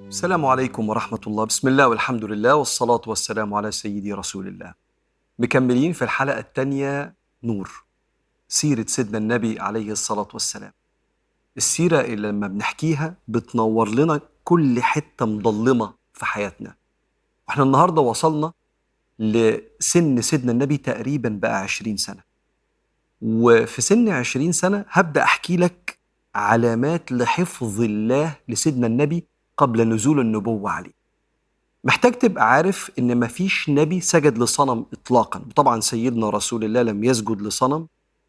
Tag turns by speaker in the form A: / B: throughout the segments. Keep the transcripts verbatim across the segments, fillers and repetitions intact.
A: السلام عليكم ورحمة الله. بسم الله والحمد لله والصلاة والسلام على سيدي رسول الله. مكملين في الحلقة الثانية نور، سيرة سيدنا النبي عليه الصلاة والسلام. السيرة اللي لما بنحكيها بتنور لنا كل حتة مظلمة في حياتنا. واحنا النهاردة وصلنا لسن سيدنا النبي تقريبا بقى عشرين سنة، وفي سن عشرين سنة هبدأ أحكي لك علامات لحفظ الله لسيدنا النبي قبل نزول النبوة عليه. محتاج تبقى عارف إن مفيش نبي سجد لصنم إطلاقا، طبعا سيدنا رسول الله لم يسجد لصنم،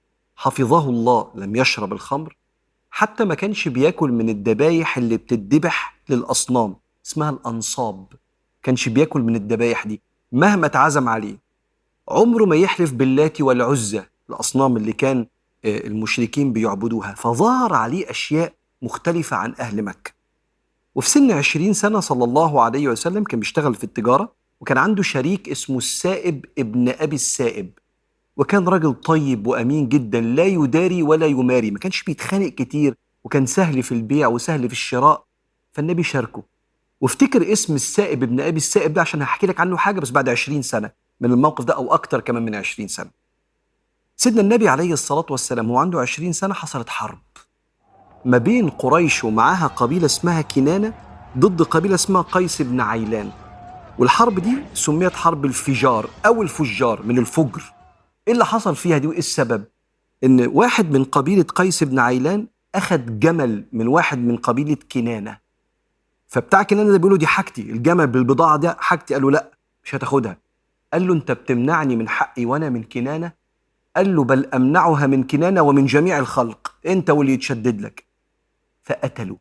A: حفظه الله لم يشرب الخمر، حتى ما كانش بياكل من الذبايح اللي بتدبح للأصنام اسمها الأنصاب، كانش بياكل من الذبايح دي مهما اتعزم عليه. عمره ما يحلف باللات والعزى، الأصنام اللي كان المشركين بيعبدوها، فظهر عليه أشياء مختلفة عن أهل مكة. وفي سن عشرين سنة صلى الله عليه وسلم كان بيشتغل في التجارة، وكان عنده شريك اسمه السائب ابن أبي السائب، وكان راجل طيب وأمين جدا لا يداري ولا يماري، ما كانش بيتخانق كتير، وكان سهل في البيع وسهل في الشراء. فالنبي شاركه. وافتكر اسم السائب ابن أبي السائب ده عشان هحكي لك عنه حاجة بس بعد عشرين سنة من الموقف ده، أو أكتر كمان من عشرين سنة. سيدنا النبي عليه الصلاة والسلام هو عنده عشرين سنة حصلت حرب ما بين قريش ومعاها قبيلة اسمها كنانة ضد قبيلة اسمها قيس بن عيلان، والحرب دي سميت حرب الفجار أو الفجار من الفجر. إيه اللي حصل فيها دي وإيه السبب؟ إن واحد من قبيلة قيس بن عيلان أخد جمل من واحد من قبيلة كنانة، فبتاع كنانة ده بيقوله دي حاجتي، الجمل بالبضاعة ده حاجتي. قال له لا مش هتاخدها. قال له أنت بتمنعني من حقي وأنا من كنانة؟ قال له بل أمنعها من كنانة ومن جميع الخلق، أنت واللي يتشدد لك. فقتلوا.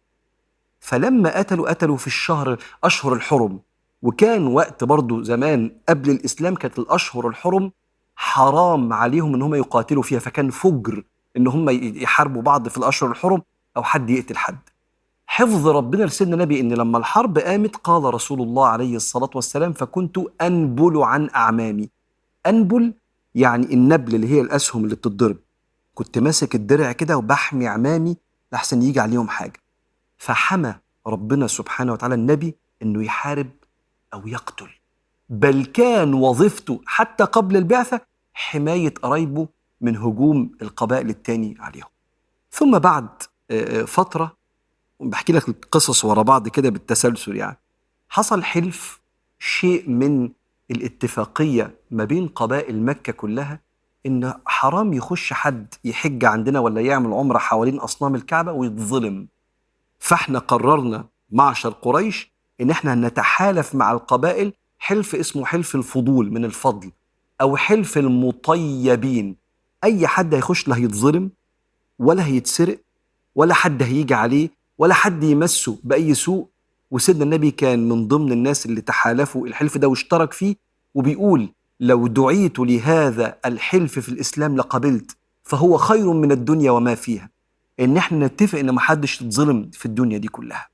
A: فلما قتلوا قتلوا في الشهر أشهر الحرم، وكان وقت برضو زمان قبل الإسلام كانت الأشهر الحرم حرام عليهم إن هم يقاتلوا فيها، فكان فجر إن هم يحاربوا بعض في الأشهر الحرم أو حد يقتل حد. حفظ ربنا لسيدنا النبي إن لما الحرب قامت قال رسول الله عليه الصلاة والسلام فكنت أنبل عن أعمامي. أنبل يعني النبل اللي هي الأسهم اللي بتضرب، كنت ماسك الدرع كده وبحمي عمامي لحسن يجي عليهم حاجة. فحمى ربنا سبحانه وتعالى النبي إنه يحارب أو يقتل، بل كان وظيفته حتى قبل البعثة حماية قرايبه من هجوم القبائل التاني عليهم. ثم بعد فترة، بحكي لك القصص ورا بعض كده بالتسلسل، يعني حصل حلف، شيء من الاتفاقية ما بين قبائل مكة كلها إن حرام يخش حد يحج عندنا ولا يعمل عمرة حوالين أصنام الكعبة ويتظلم. فاحنا قررنا معشر قريش إن احنا نتحالف مع القبائل حلف اسمه حلف الفضول من الفضل، أو حلف المطيبين. أي حد هيخش لا هيتظلم ولا هيتسرق ولا حد هيجي عليه ولا حد يمسه بأي سوء. وسيدنا النبي كان من ضمن الناس اللي تحالفوا الحلف ده واشترك فيه، وبيقول لو دعيت لهذا الحلف في الإسلام لقبلت، فهو خير من الدنيا وما فيها. إن احنا نتفق إن محدش يتظلم في الدنيا دي كلها.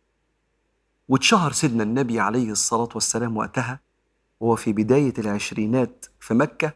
A: واتشهر سيدنا النبي عليه الصلاة والسلام وقتها وهو في بداية العشرينات في مكة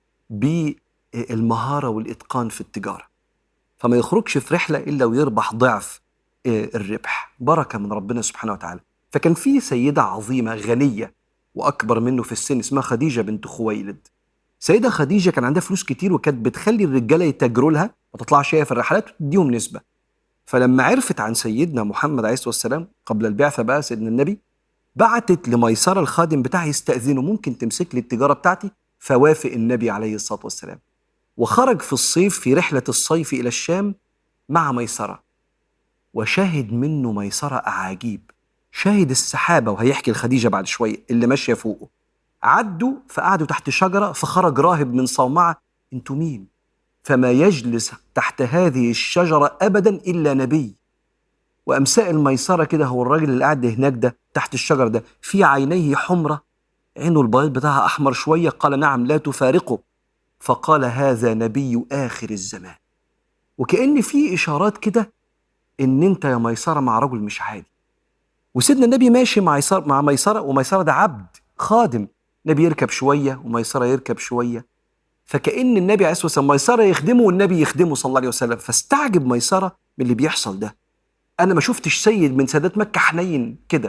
A: بالمهارة والإتقان في التجارة، فما يخرجش في رحلة إلا ويربح ضعف الربح، بركة من ربنا سبحانه وتعالى. فكان في سيدة عظيمة غنية وأكبر منه في السن اسمها خديجة بنت خويلد. سيدة خديجة كان عندها فلوس كتير، وكانت بتخلي الرجالة يتاجروا لها ما تطلعش هي في الرحلات وتديهم نسبة. فلما عرفت عن سيدنا محمد عليه الصلاة والسلام قبل البعثة بقى سيدنا النبي، بعتت لميسرة الخادم بتاعها يستأذنه ممكن تمسك لي التجارة بتاعتي، فوافق النبي عليه الصلاة والسلام. وخرج في الصيف في رحلة الصيف إلى الشام مع ميسرة، وشاهد منه ميسرة أعاجيب. شاهد السحابة، وهيحكي الخديجة بعد شوية اللي ماشية فوقه. عدوا فقعدوا تحت شجرة، فخرج راهب من صومعة. انتوا مين؟ فما يجلس تحت هذه الشجرة أبدا إلا نبي. وأمساء الميسرة كده، هو الراجل اللي قاعد هناك ده تحت الشجرة ده في عينيه حمرة، عينه البيض بتاعها أحمر شوية. قال نعم لا تفارقه. فقال هذا نبي آخر الزمان. وكأن في إشارات كده إن أنت يا ميسرة مع رجل مش عادي. وسيدنا النبي ماشي مع ميسرة مع ميسرة وميسرة ده عبد خادم، نبي يركب شوية وميسرة يركب شوية. فكأن النبي عليه الصلاة والسلام ميسرة يخدمه والنبي يخدمه صلى الله عليه وسلم. فاستعجب ميسرة من اللي بيحصل ده. أنا ما شفتش سيد من سادات مكة حنين كده.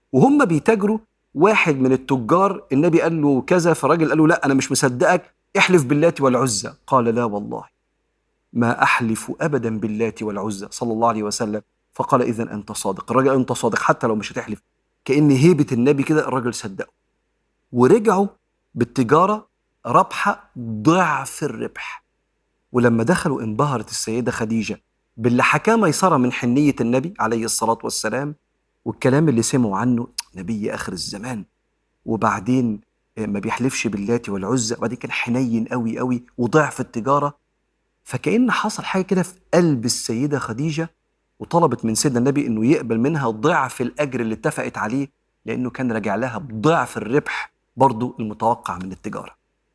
A: وهم بيتاجروا، واحد من التجار النبي قال له كذا، فالراجل قال له لا أنا مش مصدقك، احلف باللات والعزى. قال لا والله ما أحلف أبدا باللات والعزى صلى الله عليه وسلم. فقال إذن أنت صادق. الراجل قال أنت صادق حتى لو مش هتحلف. كأن هيبة النبي كده، الراجل صدقه ورجعوا بالتجارة ربحة ضعف الربح. ولما دخلوا انبهرت السيدة خديجة باللي حكاه ميسرة من حنية النبي عليه الصلاة والسلام والكلام اللي سمعوا عنه، نبي آخر الزمان، وبعدين ما بيحلفش باللات والعزى، وبعدين كان حنين قوي قوي وضعف التجارة. فكأن حصل حاجة كده في قلب السيدة خديجة، وطلبت من سيدنا النبي انه يقبل منها ضعف الاجر اللي اتفقت عليه، لانه كان راجع لها بضعف الربح برضو المتوقع من التجارة.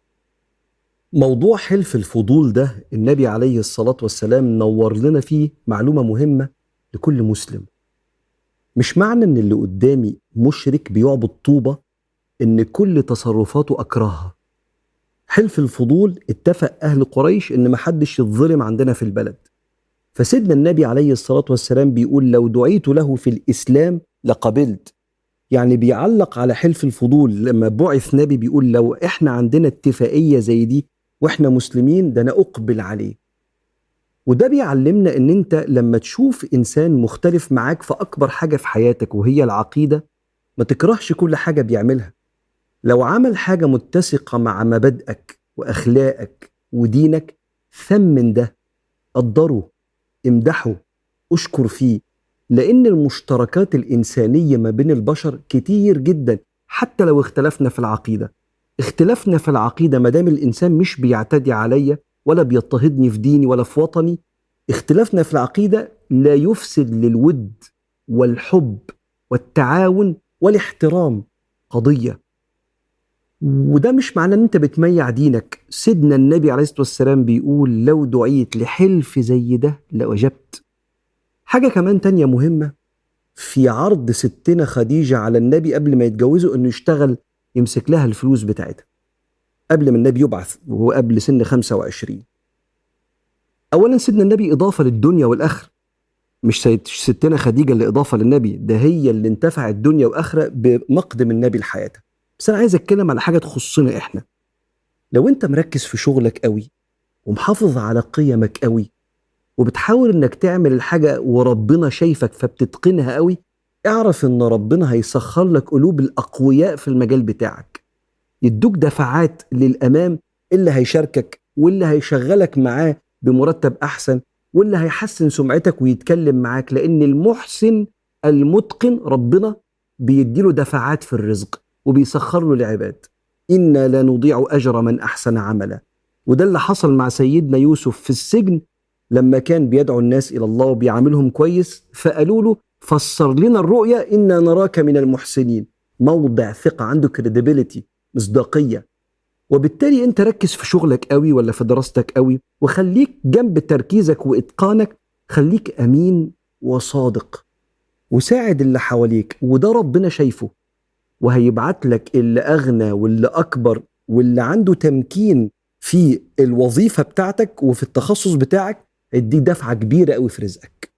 A: موضوع حلف الفضول ده النبي عليه الصلاة والسلام نور لنا فيه معلومة مهمة لكل مسلم. مش معنى ان اللي قدامي مشرك بيعبد طوبة ان كل تصرفاته اكرهها. حلف الفضول اتفق اهل قريش ان محدش يتظلم عندنا في البلد، فسيدنا النبي عليه الصلاة والسلام بيقول لو دعيت له في الإسلام لقبلت. يعني بيعلق على حلف الفضول لما بعث نبي، بيقول لو احنا عندنا اتفاقية زي دي واحنا مسلمين ده انا اقبل عليه. وده بيعلمنا ان انت لما تشوف انسان مختلف معاك في اكبر حاجة في حياتك وهي العقيدة، ما تكرهش كل حاجة بيعملها. لو عمل حاجة متسقة مع مبادئك واخلاقك ودينك، ثمن ده، قدره، امدحه، اشكر فيه، لأن المشتركات الإنسانية ما بين البشر كتير جدا. حتى لو اختلفنا في العقيدة، اختلافنا في العقيدة مدام الإنسان مش بيعتدي عليا ولا بيضطهدني في ديني ولا في وطني، اختلافنا في العقيدة لا يفسد للود والحب والتعاون والاحترام قضية. وده مش معناه ان انت بتميع دينك. سيدنا النبي عليه الصلاة والسلام بيقول لو دعيت لحلف زي ده لأجبت. حاجة كمان تانية مهمة في عرض ستنا خديجة على النبي قبل ما يتجوزوا، انه يشتغل يمسك لها الفلوس بتاعتها قبل ما النبي يبعث وهو قبل سن خمسة وعشرين. اولا سيدنا النبي اضافة للدنيا والاخرة، مش ستنا خديجة اللي اضافة للنبي، ده هي اللي انتفع الدنيا واخرة بمقدم النبي لحياتها. بس انا عايز اتكلم على حاجة تخصنا احنا. لو انت مركز في شغلك قوي ومحافظ على قيمك قوي وبتحاول انك تعمل الحاجة وربنا شايفك فبتتقنها قوي، اعرف ان ربنا هيسخر لك قلوب الاقوياء في المجال بتاعك، يدوك دفعات للامام، اللي هيشاركك واللي هيشغلك معاه بمرتب احسن واللي هيحسن سمعتك ويتكلم معاك. لان المحسن المتقن ربنا بيديله دفعات في الرزق وبيسخر له العباد. إنا لا نضيع أجر من أحسن عملا. وده اللي حصل مع سيدنا يوسف في السجن لما كان بيدعو الناس إلى الله وبيعاملهم كويس، فقالوا له فسر لنا الرؤيا إنا نراك من المحسنين. موضع ثقة، عنده credibility، مصداقية. وبالتالي أنت ركز في شغلك قوي ولا في دراستك قوي، وخليك جنب تركيزك وإتقانك خليك أمين وصادق وساعد اللي حواليك، وده ربنا شايفه وهيبعت لك اللي أغنى واللي أكبر واللي عنده تمكين في الوظيفة بتاعتك وفي التخصص بتاعك، ادي دفعة كبيرة قوي في رزقك.